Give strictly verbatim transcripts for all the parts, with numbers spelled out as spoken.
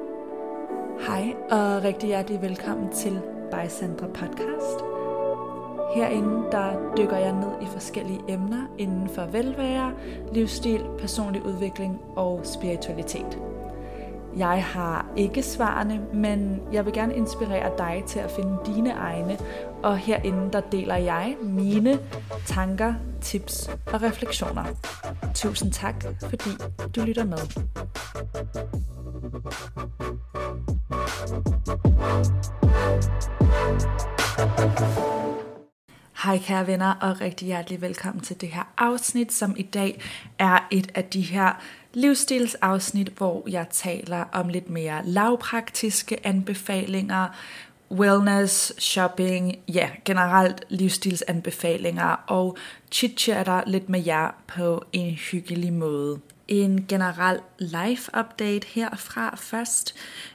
Hej og rigtig hjertelig velkommen til By Sandra Podcast. Herinde der dykker jeg ned i forskellige emner inden for velvære, livsstil, personlig udvikling og spiritualitet. Jeg har ikke svarene, men jeg vil gerne inspirere dig til at finde dine egne, og herinde der deler jeg mine tanker, tips og refleksioner. Tusind tak, fordi du lytter med. Hej kære venner, og rigtig hjertelig velkommen til det her afsnit, som i dag er et af de her livsstilsafsnit, hvor jeg taler om lidt mere lavpraktiske anbefalinger, wellness, shopping, ja, generelt livsstilsanbefalinger og chit-chatter lidt med jer på en hyggelig måde. En generel life update herfra først.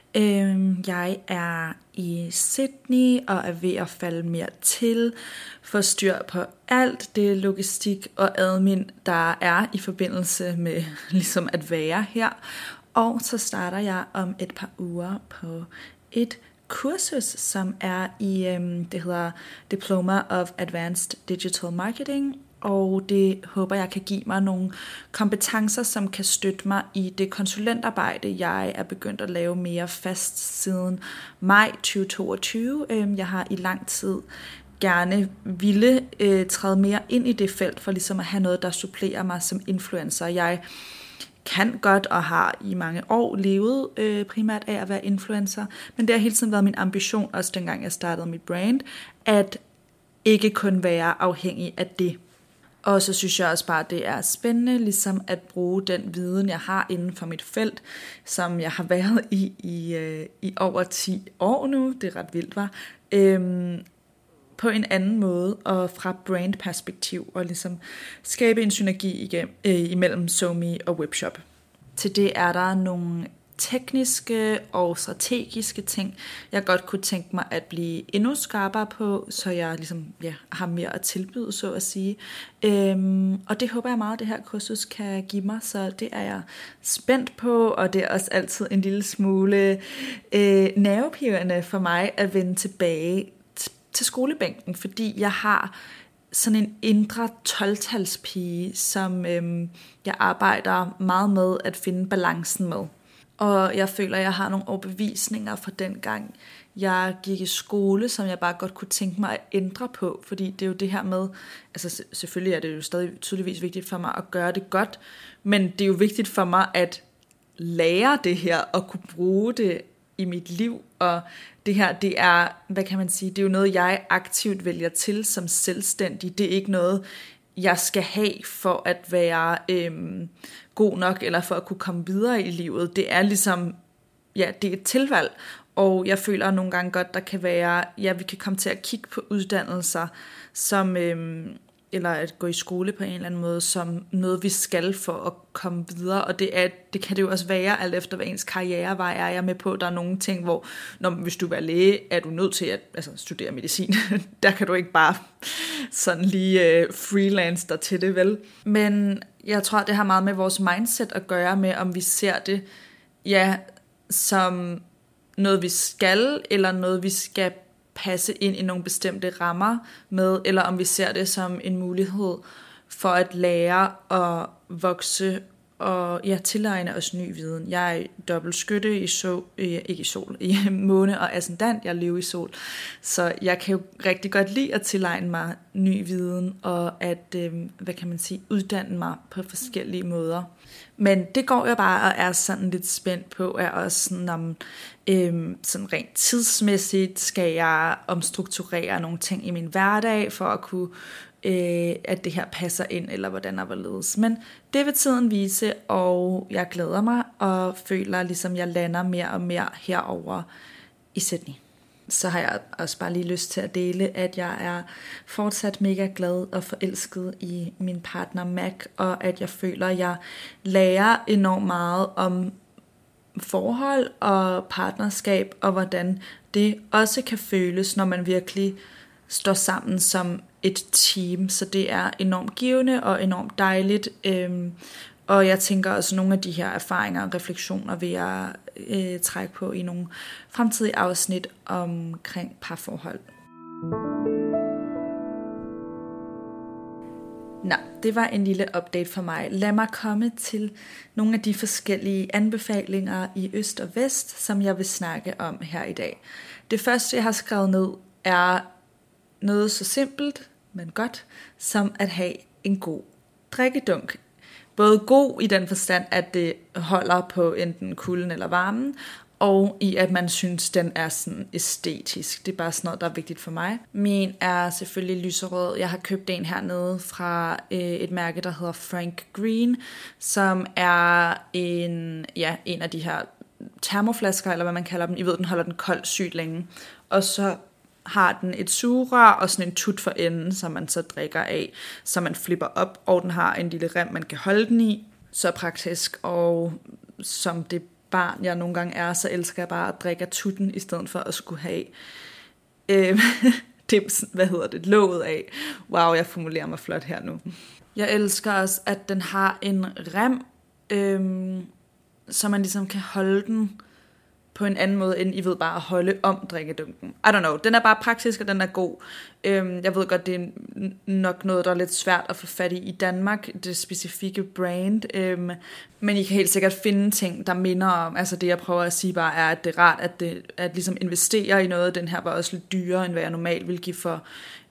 Jeg er i Sydney og er ved at falde mere til, få styr på alt det logistik og admin, der er i forbindelse med ligesom at være her. Og så starter jeg om et par uger på et kursus, som er i, øhm, det hedder Diploma of Advanced Digital Marketing, og det håber jeg kan give mig nogle kompetencer, som kan støtte mig i det konsulentarbejde, jeg er begyndt at lave mere fast siden maj tyve toogtyve. Jeg har i lang tid gerne ville øh, træde mere ind i det felt, for ligesom at have noget, der supplerer mig som influencer. Jeg kan godt og har i mange år levet øh, primært af at være influencer, men det har hele tiden været min ambition, også dengang jeg startede mit brand, at ikke kun være afhængig af det. Og så synes jeg også bare, at det er spændende ligesom at bruge den viden, jeg har inden for mit felt, som jeg har været i i, øh, i over ti år nu, det er ret vildt, var, øhm, på en anden måde og fra brandperspektiv, og ligesom skabe en synergi igennem, øh, imellem SoMe og Webshop. Til det er der nogle tekniske og strategiske ting, jeg godt kunne tænke mig at blive endnu skarpere på, så jeg ligesom, ja, har mere at tilbyde, så at sige. Øhm, og det håber jeg meget, at det her kursus kan give mig, så det er jeg spændt på, og det er også altid en lille smule øh, nervepirrende for mig at vende tilbage t- til skolebænken, fordi jeg har sådan en indre tolv-talspige, som øhm, jeg arbejder meget med at finde balancen med. Og jeg føler, at jeg har nogle overbevisninger fra dengang, jeg gik i skole, som jeg bare godt kunne tænke mig at ændre på. Fordi det er jo det her med, altså selvfølgelig er det jo stadig tydeligvis vigtigt for mig at gøre det godt, men det er jo vigtigt for mig at lære det her og kunne bruge det i mit liv. Og det her, det er, hvad kan man sige, det er jo noget, jeg aktivt vælger til som selvstændig. Det er ikke noget, jeg skal have for at være øhm, god nok, eller for at kunne komme videre i livet. Det er ligesom, ja, det er et tilvalg, og jeg føler nogle gange godt, der kan være, ja, vi kan komme til at kigge på uddannelser, som, øhm, eller at gå i skole på en eller anden måde, som noget, vi skal for at komme videre, og det, er, det kan det jo også være, alt efter hvad ens karrierevej er. Jeg med på, der er nogle ting, hvor når, hvis du vil være læge, er du nødt til at altså, studere medicin. Der kan du ikke bare sådan lige øh, freelance dig til det, vel? Men jeg tror, det har meget med vores mindset at gøre med, om vi ser det, ja, som noget, vi skal, eller noget, vi skal passe ind i nogle bestemte rammer med, eller om vi ser det som en mulighed for at lære og vokse og ja, tilegne os ny viden. Jeg er dobbelt skytte i sol, ikke i sol, i måne og ascendant, jeg lever i sol, så jeg kan jo rigtig godt lide at tilegne mig ny viden og at, øh, hvad kan man sige, uddanne mig på forskellige måder. Men det går jeg bare og er sådan lidt spændt på, er også sådan om øhm, sådan rent tidsmæssigt skal jeg omstrukturere nogle ting i min hverdag for at kunne, øh, at det her passer ind, eller hvordan og hvorledes. Men det vil tiden vise, og jeg glæder mig og føler ligesom jeg lander mere og mere herover i Sydney. Så har jeg også bare lige lyst til at dele, at jeg er fortsat mega glad og forelsket i min partner Mac, og at jeg føler, at jeg lærer enormt meget om forhold og partnerskab, og hvordan det også kan føles, når man virkelig står sammen som et team. Så det er enormt givende og enormt dejligt, øhm, Og jeg tænker også, nogle af de her erfaringer og refleksioner vil jeg øh, trække på i nogle fremtidige afsnit omkring parforhold. Nå, det var en lille update for mig. Lad mig komme til nogle af de forskellige anbefalinger i øst og vest, som jeg vil snakke om her i dag. Det første, jeg har skrevet ned, er noget så simpelt, men godt, som at have en god drikkedunk. Både god i den forstand, at det holder på enten kulden eller varmen, og i at man synes, den er sådan æstetisk. Det er bare sådan noget, der er vigtigt for mig. Min er selvfølgelig lyserød. Jeg har købt en hernede fra øh, et mærke, der hedder Frank Green, som er en, ja, en af de her termoflasker, eller hvad man kalder dem. I ved, den holder den kold sygt længe. Og så har den et sugerør og sådan en tut for enden, som man så drikker af, så man flipper op, og den har en lille rem, man kan holde den i. Så praktisk, og som det barn, jeg nogle gange er, så elsker jeg bare at drikke af tutten, i stedet for at skulle have øh, det, hvad hedder det, låget af. Wow, jeg formulerer mig flot her nu. Jeg elsker også, at den har en rem, øh, så man ligesom kan holde den på en anden måde, end I ved bare at holde om drikkedunken. I don't know, den er bare praktisk, og den er god. Øhm, jeg ved godt, det er nok noget, der er lidt svært at få fat i i Danmark, det specifikke brand, øhm, men I kan helt sikkert finde ting, der minder om, altså det jeg prøver at sige bare er, at det er rart, at, det, at ligesom investere i noget. Den her var også lidt dyrere, end hvad jeg normalt ville give for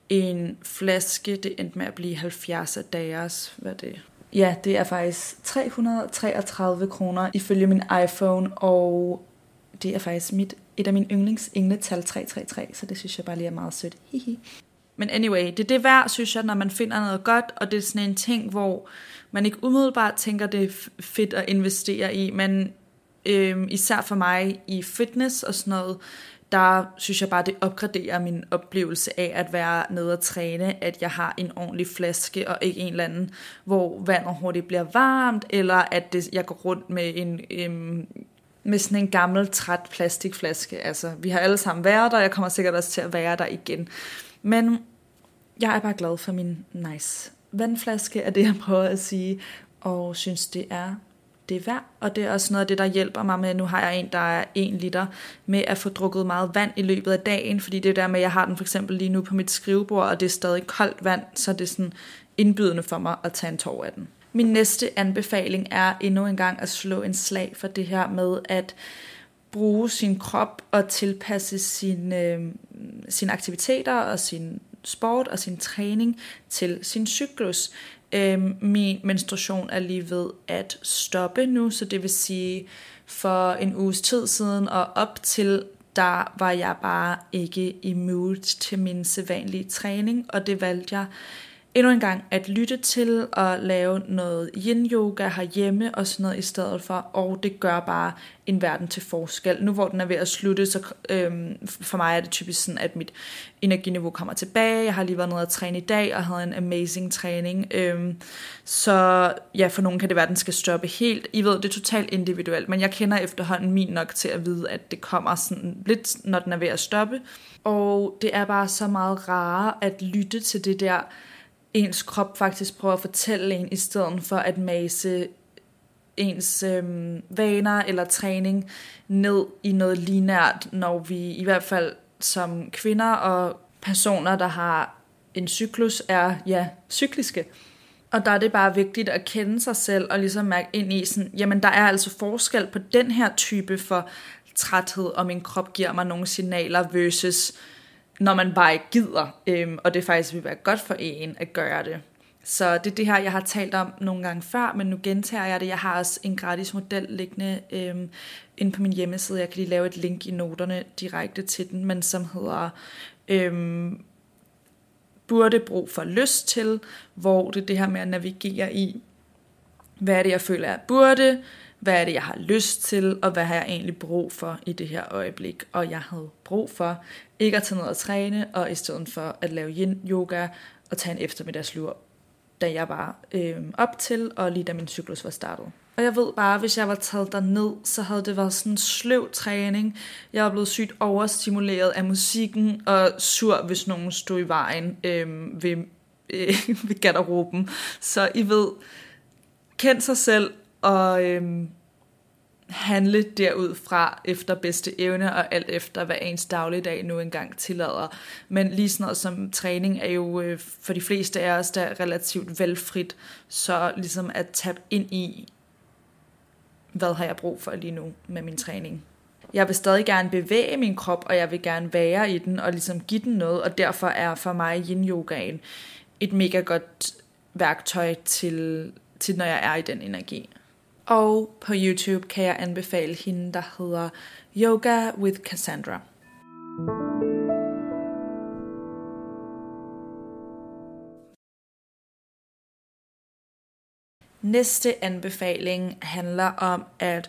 en flaske. Det endte med at blive halvfjerds af deres, hvad er det? Ja, det er faktisk tre hundrede og treogtredive kroner ifølge min iPhone, og det er faktisk mit, et af mine yndlings engletal tre tre tre, så det synes jeg bare lige er meget sødt. Hihi. Men anyway, det er det værd, synes jeg, når man finder noget godt, og det er sådan en ting, hvor man ikke umiddelbart tænker, det er fedt at investere i, men øhm, især for mig i fitness og sådan noget, der synes jeg bare, det opgraderer min oplevelse af at være nede og træne, at jeg har en ordentlig flaske, og ikke en eller anden, hvor vandet hurtigt bliver varmt, eller at det, jeg går rundt med en øhm, med sådan en gammel, træt plastikflaske. Altså, vi har alle sammen været der, og jeg kommer sikkert også til at være der igen. Men jeg er bare glad for min nice vandflaske, er det, jeg prøver at sige, og synes, det er det er værd. Og det er også noget af det, der hjælper mig med, nu har jeg en, der er en liter, med at få drukket meget vand i løbet af dagen, fordi det er der med, at jeg har den for eksempel lige nu på mit skrivebord, og det er stadig koldt vand, så det er sådan indbydende for mig at tage en tår af den. Min næste anbefaling er endnu en gang at slå en slag for det her med at bruge sin krop og tilpasse sine, øh, sine aktiviteter og sin sport og sin træning til sin cyklus. Øh, min menstruation er lige ved at stoppe nu, så det vil sige for en uges tid siden og op til, der var jeg bare ikke i mood til min sædvanlige træning, og det valgte jeg endnu en gang at lytte til og lave noget yin-yoga herhjemme og sådan noget i stedet for, og det gør bare en verden til forskel. Nu hvor den er ved at slutte, så øhm, for mig er det typisk sådan, at mit energiniveau kommer tilbage. Jeg har lige været nede at træne i dag og havde en amazing træning. Øhm, så ja, for nogen kan det være, at den skal stoppe helt. I ved, det er totalt individuelt, men jeg kender efterhånden min nok til at vide, at det kommer sådan lidt, når den er ved at stoppe. Og det er bare så meget rarere at lytte til det der, ens krop faktisk prøver at fortælle en, i stedet for at mase ens øhm, vaner eller træning ned i noget lineært, når vi i hvert fald som kvinder og personer, der har en cyklus, er ja, cykliske. Og der er det bare vigtigt at kende sig selv og ligesom mærke ind i, sådan, jamen der er altså forskel på den her type for træthed, og min krop giver mig nogle signaler versus når man bare ikke gider, øhm, og det faktisk vil være godt for en at gøre det. Så det er det her, jeg har talt om nogle gange før, men nu gentager jeg det. Jeg har også en gratis model liggende øhm, inde på min hjemmeside. Jeg kan lige lave et link i noterne direkte til den, men som hedder øhm, burde brug for lyst til, hvor det er det her med at navigere i, hvad er det, jeg føler, jeg burde, hvad er det, jeg har lyst til, og hvad har jeg egentlig brug for i det her øjeblik. Og jeg havde brug for ikke at tage ned og træne, og i stedet for at lave yin-yoga og tage en eftermiddagslur, da jeg var øh, op til, og lige da min cyklus var startet. Og jeg ved bare, hvis jeg var taget derned, så havde det været sådan en sløv træning. Jeg var blevet sygt overstimuleret af musikken, og sur, hvis nogen stod i vejen øh, ved, øh, ved garderoben. Så I ved, kend sig selv og øhm, handle derudfra efter bedste evne og alt efter, hvad ens dagligdag nu engang tillader. Men lige sådan noget som træning er jo øh, for de fleste af os der relativt valgfrit, så ligesom at tabe ind i, hvad har jeg brug for lige nu med min træning. Jeg vil stadig gerne bevæge min krop, og jeg vil gerne være i den og ligesom give den noget, og derfor er for mig yin-yogaen et mega godt værktøj til, til, når jeg er i den energi. Og på YouTube kan jeg anbefale hende, der hedder Yoga with Cassandra. Næste anbefaling handler om at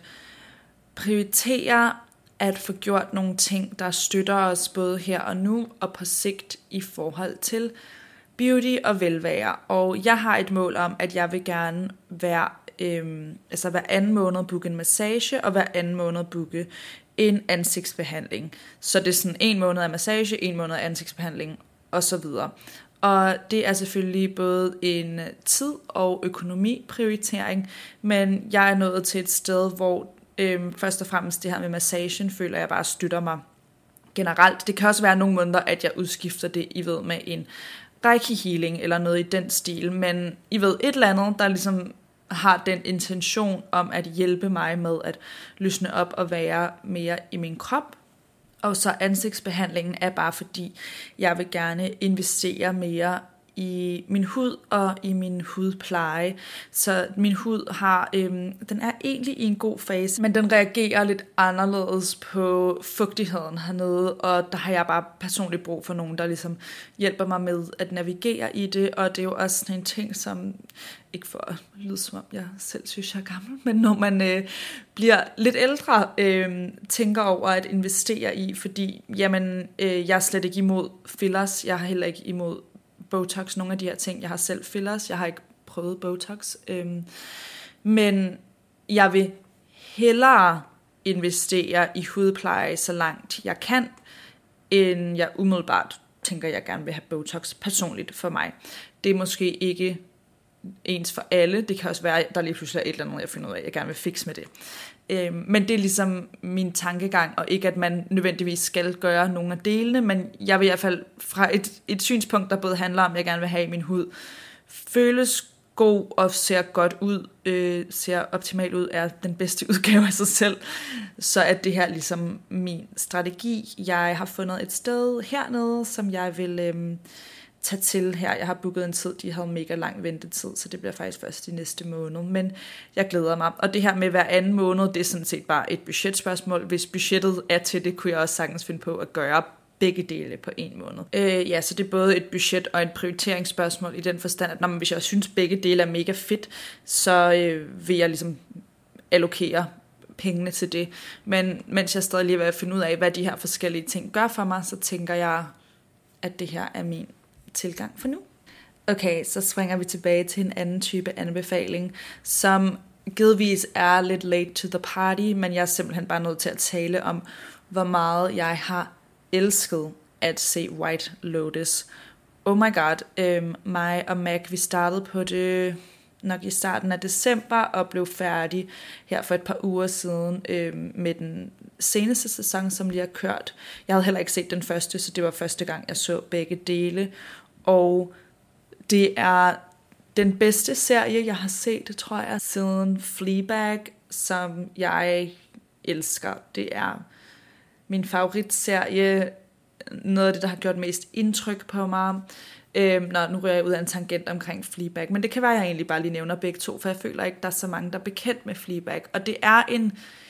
prioritere at få gjort nogle ting, der støtter os både her og nu og på sigt i forhold til beauty og velvære. Og jeg har et mål om, at jeg vil gerne være, øhm, altså hver anden måned booke en massage, og hver anden måned booke en ansigtsbehandling. Så det er sådan en måned af massage, en måned af ansigtsbehandling osv. Og det er selvfølgelig både en tid- og økonomiprioritering, men jeg er nået til et sted, hvor øhm, først og fremmest det her med massagen, føler jeg bare støtter mig generelt. Det kan også være nogle måneder, at jeg udskifter det, I ved, med en Reiki healing eller noget i den stil, men I ved et eller andet, der ligesom har den intention om at hjælpe mig med at løsne op og være mere i min krop. Og så ansigtsbehandlingen er bare fordi, jeg vil gerne investere mere i min hud og i min hudpleje. Så min hud har, øhm, den er egentlig i en god fase, men den reagerer lidt anderledes på fugtigheden hernede, og der har jeg bare personligt brug for nogen, der ligesom hjælper mig med at navigere i det, og det er jo også sådan en ting, som ikke for at lyde som om jeg selv synes, jeg er gammel, men når man øh, bliver lidt ældre, øh, tænker over at investere i, fordi jamen, øh, jeg er slet ikke imod fillers, jeg har heller ikke imod Botox, nogle af de her ting. Jeg har selv fillers, jeg har ikke prøvet Botox. Øhm, men jeg vil hellere investere i hudpleje så langt jeg kan, end jeg umiddelbart tænker, jeg gerne vil have Botox personligt for mig. Det er måske ikke ens for alle. Det kan også være, at der lige pludselig er et eller andet, jeg finder ud af, at jeg gerne vil fikse med det. Øhm, men det er ligesom min tankegang, og ikke at man nødvendigvis skal gøre nogle af delene, men jeg vil i hvert fald fra et, et synspunkt, der både handler om, at jeg gerne vil have min hud føles god og ser godt ud, øh, ser optimalt ud, er den bedste udgave af sig selv, så er det her ligesom min strategi. Jeg har fundet et sted hernede, som jeg vil øh, tage til her. Jeg har booket en tid, de havde mega lang ventetid, så det bliver faktisk først i næste måned, men jeg glæder mig. Og det her med hver anden måned, det er sådan set bare et budgetspørgsmål. Hvis budgettet er til det, kunne jeg også sagtens finde på at gøre begge dele på en måned. Øh, ja, så det er både et budget og et prioriteringsspørgsmål i den forstand, at når man, hvis jeg synes begge dele er mega fedt, så øh, vil jeg ligesom allokere pengene til det. Men mens jeg stadig lige er ved at finde ud af, hvad de her forskellige ting gør for mig, så tænker jeg, at det her er min tilgang for nu. Okay, så springer vi tilbage til en anden type anbefaling, som givetvis er lidt late to the party, men jeg er simpelthen bare nødt til at tale om, hvor meget jeg har elsket at se White Lotus. Oh my god, øhm, mig og Mac, vi startede på det nok i starten af december og blev færdig her for et par uger siden øhm, med den seneste sæson, som lige har kørt. Jeg havde heller ikke set den første, så det var første gang, jeg så begge dele. Og det er den bedste serie, jeg har set, det tror jeg, siden Fleabag, som jeg elsker. Det er min favoritserie, noget af det, der har gjort mest indtryk på mig. Øhm, nå, nu rører jeg ud af en tangent omkring Fleabag, men det kan være, at jeg egentlig bare lige nævner begge to, for jeg føler ikke, der er så mange, der er bekendt med Fleabag. Og det er en,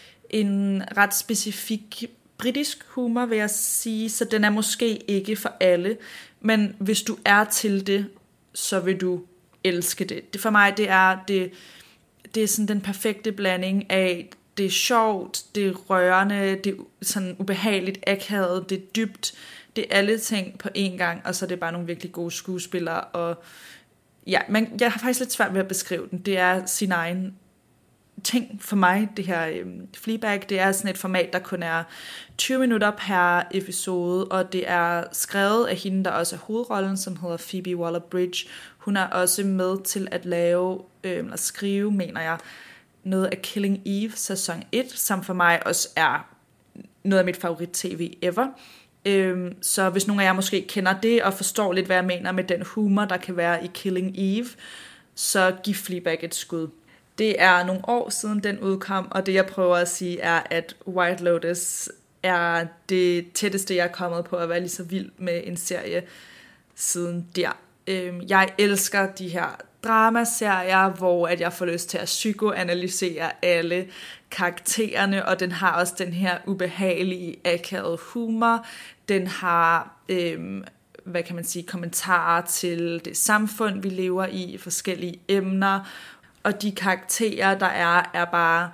en ret specifik britisk humor, vil jeg sige, så den er måske ikke for alle, men hvis du er til det, så vil du elske det. Det for mig, det er, det, det er sådan den perfekte blanding af, det er sjovt, det er rørende, det er sådan ubehageligt akavet, det er dybt, det er alle ting på én gang, og så er det bare nogle virkelig gode skuespillere, og ja, men jeg har faktisk lidt svært ved at beskrive den. Det er sin egen ting for mig, det her øhm, Fleabag. Det er sådan et format, der kun er tyve minutter per episode, og det er skrevet af hende, der også er hovedrollen, som hedder Phoebe Waller-Bridge. Hun er også med til at lave, øh, eller skrive, mener jeg, noget af Killing Eve sæson et, som for mig også er noget af mit favorit-tv ever. Øh, så hvis nogen af jer måske kender det, og forstår lidt, hvad jeg mener med den humor, der kan være i Killing Eve, så giv Fleabag et skud. Det er nogle år siden den udkom, og det jeg prøver at sige er, at White Lotus er det tætteste, jeg er kommet på at være lige så vild med en serie siden der. Jeg elsker de her dramaserier, hvor at jeg får lyst til at psykoanalysere alle karaktererne, og den har også den her ubehagelige, akavede humor. Den har, øhm, hvad kan man sige, kommentarer til det samfund, vi lever i, forskellige emner, og de karakterer, der er, er bare,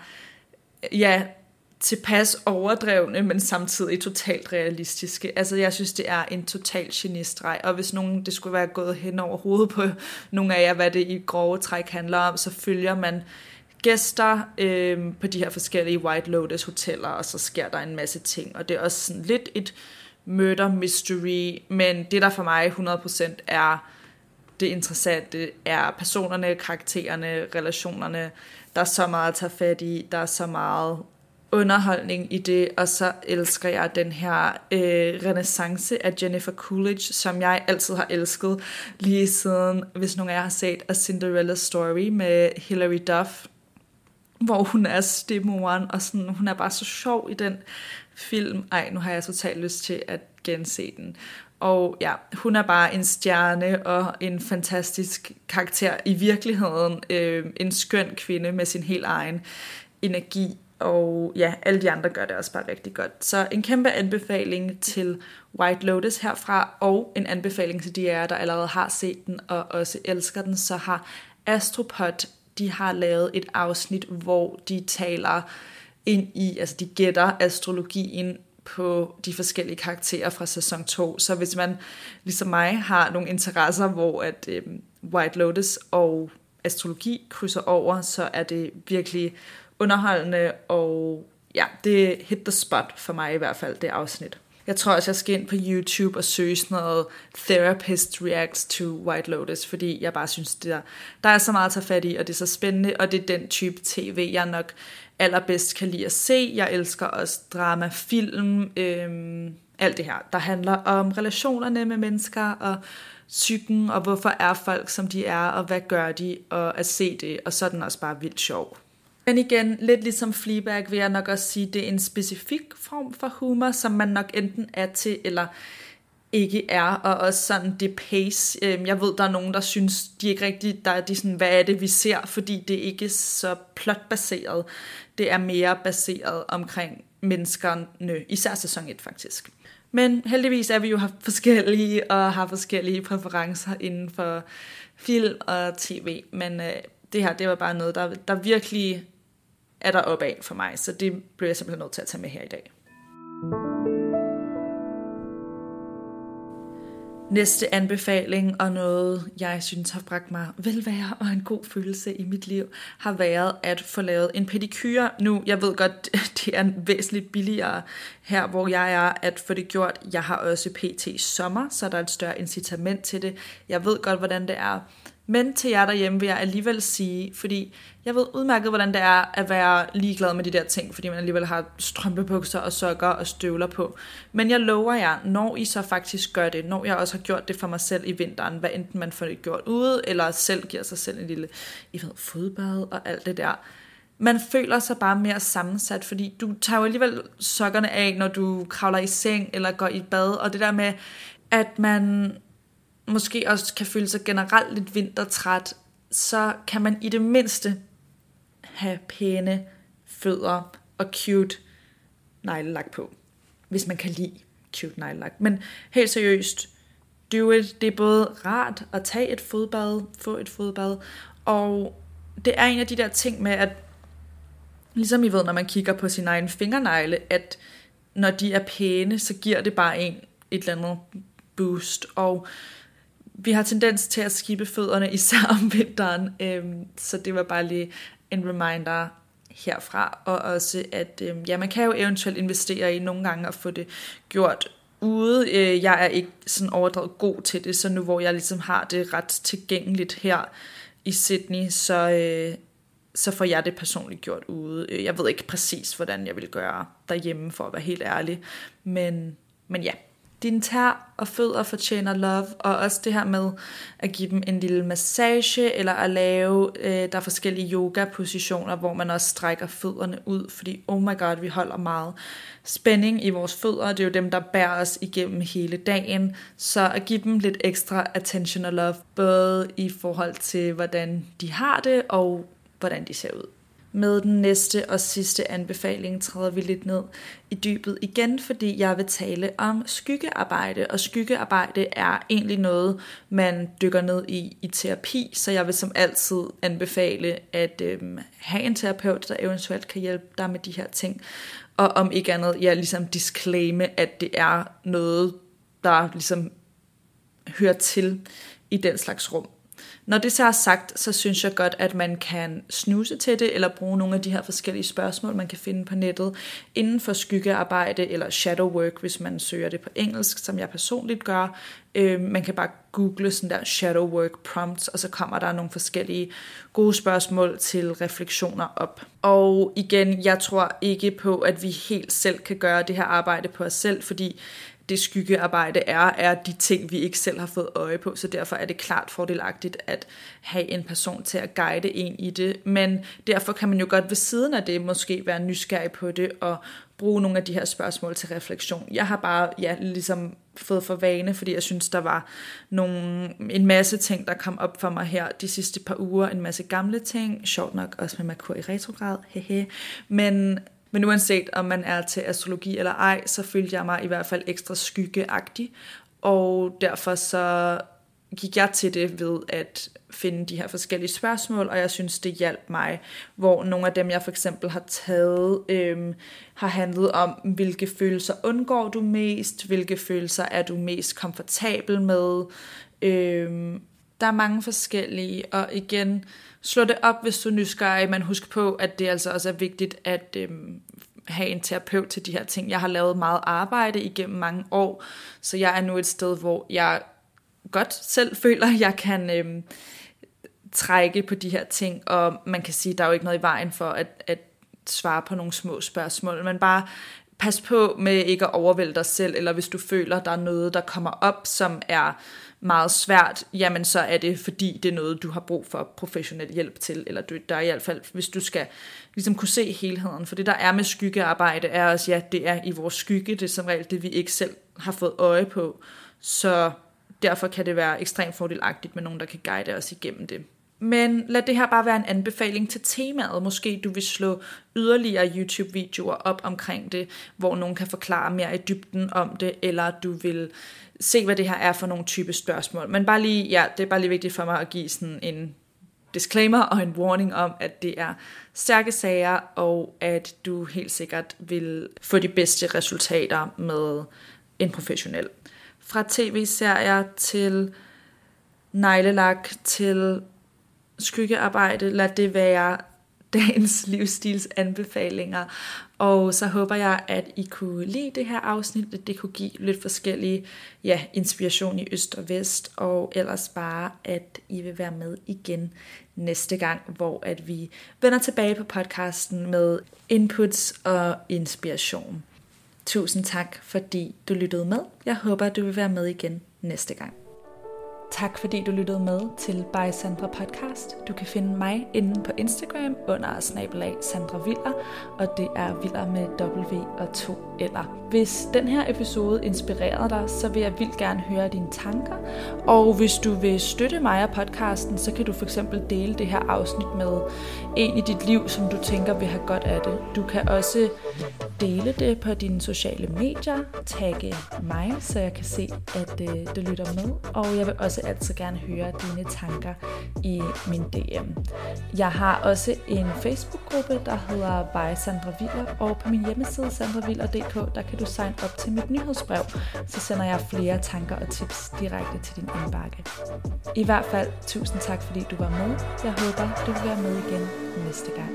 ja, tilpas overdrevne, men samtidig totalt realistiske. Altså, jeg synes, det er en total genistreg, og hvis nogen, det skulle være gået hen over hovedet på nogle af jer, hvad det i grove træk handler om, så følger man gæster øh, på de her forskellige White Lotus hoteller, og så sker der en masse ting, og det er også sådan lidt et murder mystery, men det der for mig hundrede procent er det interessante, er personerne, karaktererne, relationerne. Der er så meget at tage fat i, der er så meget underholdning i det, og så elsker jeg den her øh, renaissance af Jennifer Coolidge, som jeg altid har elsket, lige siden, hvis nogen af jer har set A Cinderella Story med Hilary Duff, hvor hun er stedmoren, og sådan, hun er bare så sjov i den film. Ej, nu har jeg totalt lyst til at gense den. Og ja, hun er bare en stjerne og en fantastisk karakter i virkeligheden. Øh, en skøn kvinde med sin helt egen energi. Og ja, alle de andre gør det også bare rigtig godt. Så en kæmpe anbefaling til White Lotus herfra, og en anbefaling til de af jer, der allerede har set den og også elsker den, så har Astropod, de har lavet et afsnit, hvor de taler ind i, altså de gætter astrologien på de forskellige karakterer fra sæson to. Så hvis man, ligesom mig, har nogle interesser, hvor at øh, White Lotus og astrologi krydser over, så er det virkelig underholdende, og ja, det hit the spot for mig i hvert fald, det afsnit. Jeg tror også, jeg skal ind på YouTube og søge sådan noget Therapist Reacts to White Lotus, fordi jeg bare synes, det der, der er så meget at tage fat i, og det er så spændende, og det er den type tv, jeg nok allerbedst kan lide at se. Jeg elsker også drama, film, øhm, alt det her, der handler om relationerne med mennesker, og psyken, og hvorfor er folk, som de er, og hvad gør de, og at se det, og så er den også bare vildt sjov. Men igen, lidt ligesom Fleabag, vil jeg nok også sige, det er en specifik form for humor, som man nok enten er til, eller ikke er, og også sådan det pace. Jeg ved, der er nogen, der synes, de ikke rigtig, der er de sådan, hvad er det, vi ser, fordi det er ikke så plotbaseret. Det er mere baseret omkring menneskerne, især sæson et faktisk. Men heldigvis er vi jo forskellige, og har forskellige præferencer inden for film og tv, men øh, det her, det var bare noget, der, der virkelig er der opad for mig, så det blev jeg simpelthen nødt til at tage med her i dag. Næste anbefaling, og noget jeg synes har bragt mig velvære og en god følelse i mit liv, har været at få lavet en pedicure. Nu, jeg ved godt, det er væsentligt billigere her, hvor jeg er, at få det gjort. Jeg har også P T sommer, så der er et større incitament til det. Jeg ved godt, hvordan det er. Men til jer derhjemme vil jeg alligevel sige, fordi jeg ved udmærket, hvordan det er at være ligeglad med de der ting, fordi man alligevel har strømpebukser og sokker og støvler på. Men jeg lover jer, når I så faktisk gør det, når jeg også har gjort det for mig selv i vinteren, hvad enten man får det gjort ude, eller selv giver sig selv en lille, I ved, fodbad og alt det der. Man føler sig bare mere sammensat, fordi du tager jo alligevel sokkerne af, når du kravler i seng eller går i bad, og det der med, at man måske også kan føle sig generelt lidt vintertræt, så kan man i det mindste have pæne fødder og cute neglelak på, hvis man kan lide cute neglelak. Men helt seriøst, do it. Det er både rart at tage et fodbad, få et fodbad, og det er en af de der ting med, at ligesom I ved, når man kigger på sin egen fingernegle, at når de er pæne, så giver det bare en et eller andet boost, og vi har tendens til at skippe fødderne, især om vinteren, øhm, så det var bare lige en reminder herfra, og også at øhm, ja, man kan jo eventuelt investere i nogle gange at få det gjort ude. Øh, jeg er ikke sådan overdrevet god til det, så nu hvor jeg ligesom har det ret tilgængeligt her i Sydney, så, øh, så får jeg det personligt gjort ude. Jeg ved ikke præcis, hvordan jeg vil gøre derhjemme, for at være helt ærlig. Men, men ja, dine tær og fødder fortjener love, og også det her med at give dem en lille massage, eller at lave, øh, der er forskellige yoga-positioner, hvor man også strækker fødderne ud, fordi oh my god, vi holder meget spænding i vores fødder, det er jo dem, der bærer os igennem hele dagen, så at give dem lidt ekstra attention og love, både i forhold til, hvordan de har det, og hvordan de ser ud. Med den næste og sidste anbefaling træder vi lidt ned i dybet igen, fordi jeg vil tale om skyggearbejde, og skyggearbejde er egentlig noget, man dykker ned i i terapi, så jeg vil som altid anbefale at øhm, have en terapeut, der eventuelt kan hjælpe dig med de her ting, og om ikke andet, jeg ligesom disclaime, at det er noget, der ligesom hører til i den slags rum. Når det så er sagt, så synes jeg godt, at man kan snuse til det, eller bruge nogle af de her forskellige spørgsmål, man kan finde på nettet, inden for skyggearbejde eller shadow work, hvis man søger det på engelsk, som jeg personligt gør. Øh, man kan bare google sådan der shadow work prompts, og så kommer der nogle forskellige gode spørgsmål til refleksioner op. Og igen, jeg tror ikke på, at vi helt selv kan gøre det her arbejde på os selv, fordi det skyggearbejde er, er de ting, vi ikke selv har fået øje på, så derfor er det klart fordelagtigt at have en person til at guide en i det, men derfor kan man jo godt ved siden af det måske være nysgerrig på det og bruge nogle af de her spørgsmål til refleksion. Jeg har bare ja, ligesom fået for vane, fordi jeg synes, der var nogle, en masse ting, der kom op for mig her de sidste par uger, en masse gamle ting, sjovt nok også med Merkur i retrograd, hehe, men Men uanset om man er til astrologi eller ej, så følte jeg mig i hvert fald ekstra skyggeagtig, og derfor så gik jeg til det ved at finde de her forskellige spørgsmål, og jeg synes, det hjalp mig, hvor nogle af dem, jeg for eksempel har taget, øhm, har handlet om, hvilke følelser undgår du mest, hvilke følelser er du mest komfortabel med. Øhm, der er mange forskellige, og igen, slå det op, hvis du er nysgerrig, men husk på, at det altså også er vigtigt at øhm, have en terapeut til de her ting. Jeg har lavet meget arbejde igennem mange år, så jeg er nu et sted, hvor jeg godt selv føler, at jeg kan øhm, trække på de her ting, og man kan sige, at der er jo ikke noget i vejen for at, at svare på nogle små spørgsmål, men bare pas på med ikke at overvælde dig selv, eller hvis du føler, at der er noget, der kommer op, som er meget svært, jamen så er det, fordi det er noget, du har brug for professionel hjælp til, eller du, der er i hvert fald, hvis du skal ligesom kunne se helheden, for det der er med skyggearbejde, er også, ja, det er i vores skygge, det er som regel det, vi ikke selv har fået øje på, så derfor kan det være ekstremt fordelagtigt med nogen, der kan guide os igennem det. Men lad det her bare være en anbefaling til temaet. Måske du vil slå yderligere YouTube-videoer op omkring det, hvor nogen kan forklare mere i dybden om det, eller du vil se, hvad det her er for nogle type spørgsmål. Men bare lige, ja, det er bare lige vigtigt for mig at give sådan en disclaimer og en warning om, at det er stærke sager, og at du helt sikkert vil få de bedste resultater med en professionel. Fra tv-serier til neglelak til skyggearbejde, lad det være dagens livsstils anbefalinger. Og så håber jeg, at I kunne lide det her afsnit, at det kunne give lidt forskellige ja, inspiration i øst og vest, og ellers bare, at I vil være med igen næste gang, hvor at vi vender tilbage på podcasten med inputs og inspiration. Tusind tak, fordi du lyttede med. Jeg håber, du vil være med igen næste gang. Tak fordi du lyttede med til By Sandra Podcast. Du kan finde mig inde på Instagram under snabelag Sandra Viller, og det er Viller med W og to L'er. Hvis den her episode inspirerede dig, så vil jeg vildt gerne høre dine tanker. Og hvis du vil støtte mig og podcasten, så kan du for eksempel dele det her afsnit med en i dit liv, som du tænker vil have godt af det. Du kan også dele det på dine sociale medier, tagge mig, så jeg kan se, at øh, du lytter med. Og jeg vil også altid gerne høre dine tanker i min D M. Jeg har også en Facebook-gruppe, der hedder By Sandra Viller, og på min hjemmeside sandra viller punktum d k, der kan du signe op til mit nyhedsbrev, så sender jeg flere tanker og tips direkte til din indbakke. I hvert fald, tusind tak fordi du var med. Jeg håber, du vil være med igen næste gang.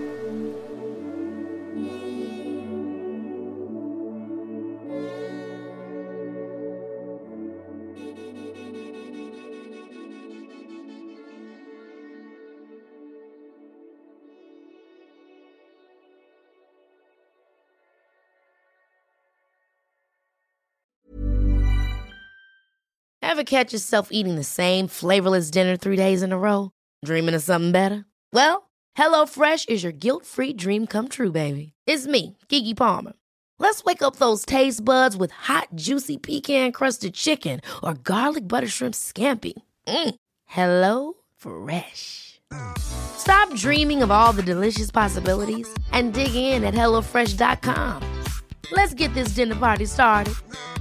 Ever catch yourself eating the same flavorless dinner three days in a row? Dreaming of something better? Well, HelloFresh is your guilt-free dream come true, baby. It's me, Keke Palmer. Let's wake up those taste buds with hot, juicy pecan-crusted chicken or garlic butter shrimp scampi. Mm. Hello Fresh. Stop dreaming of all the delicious possibilities and dig in at hello fresh dot com. Let's get this dinner party started.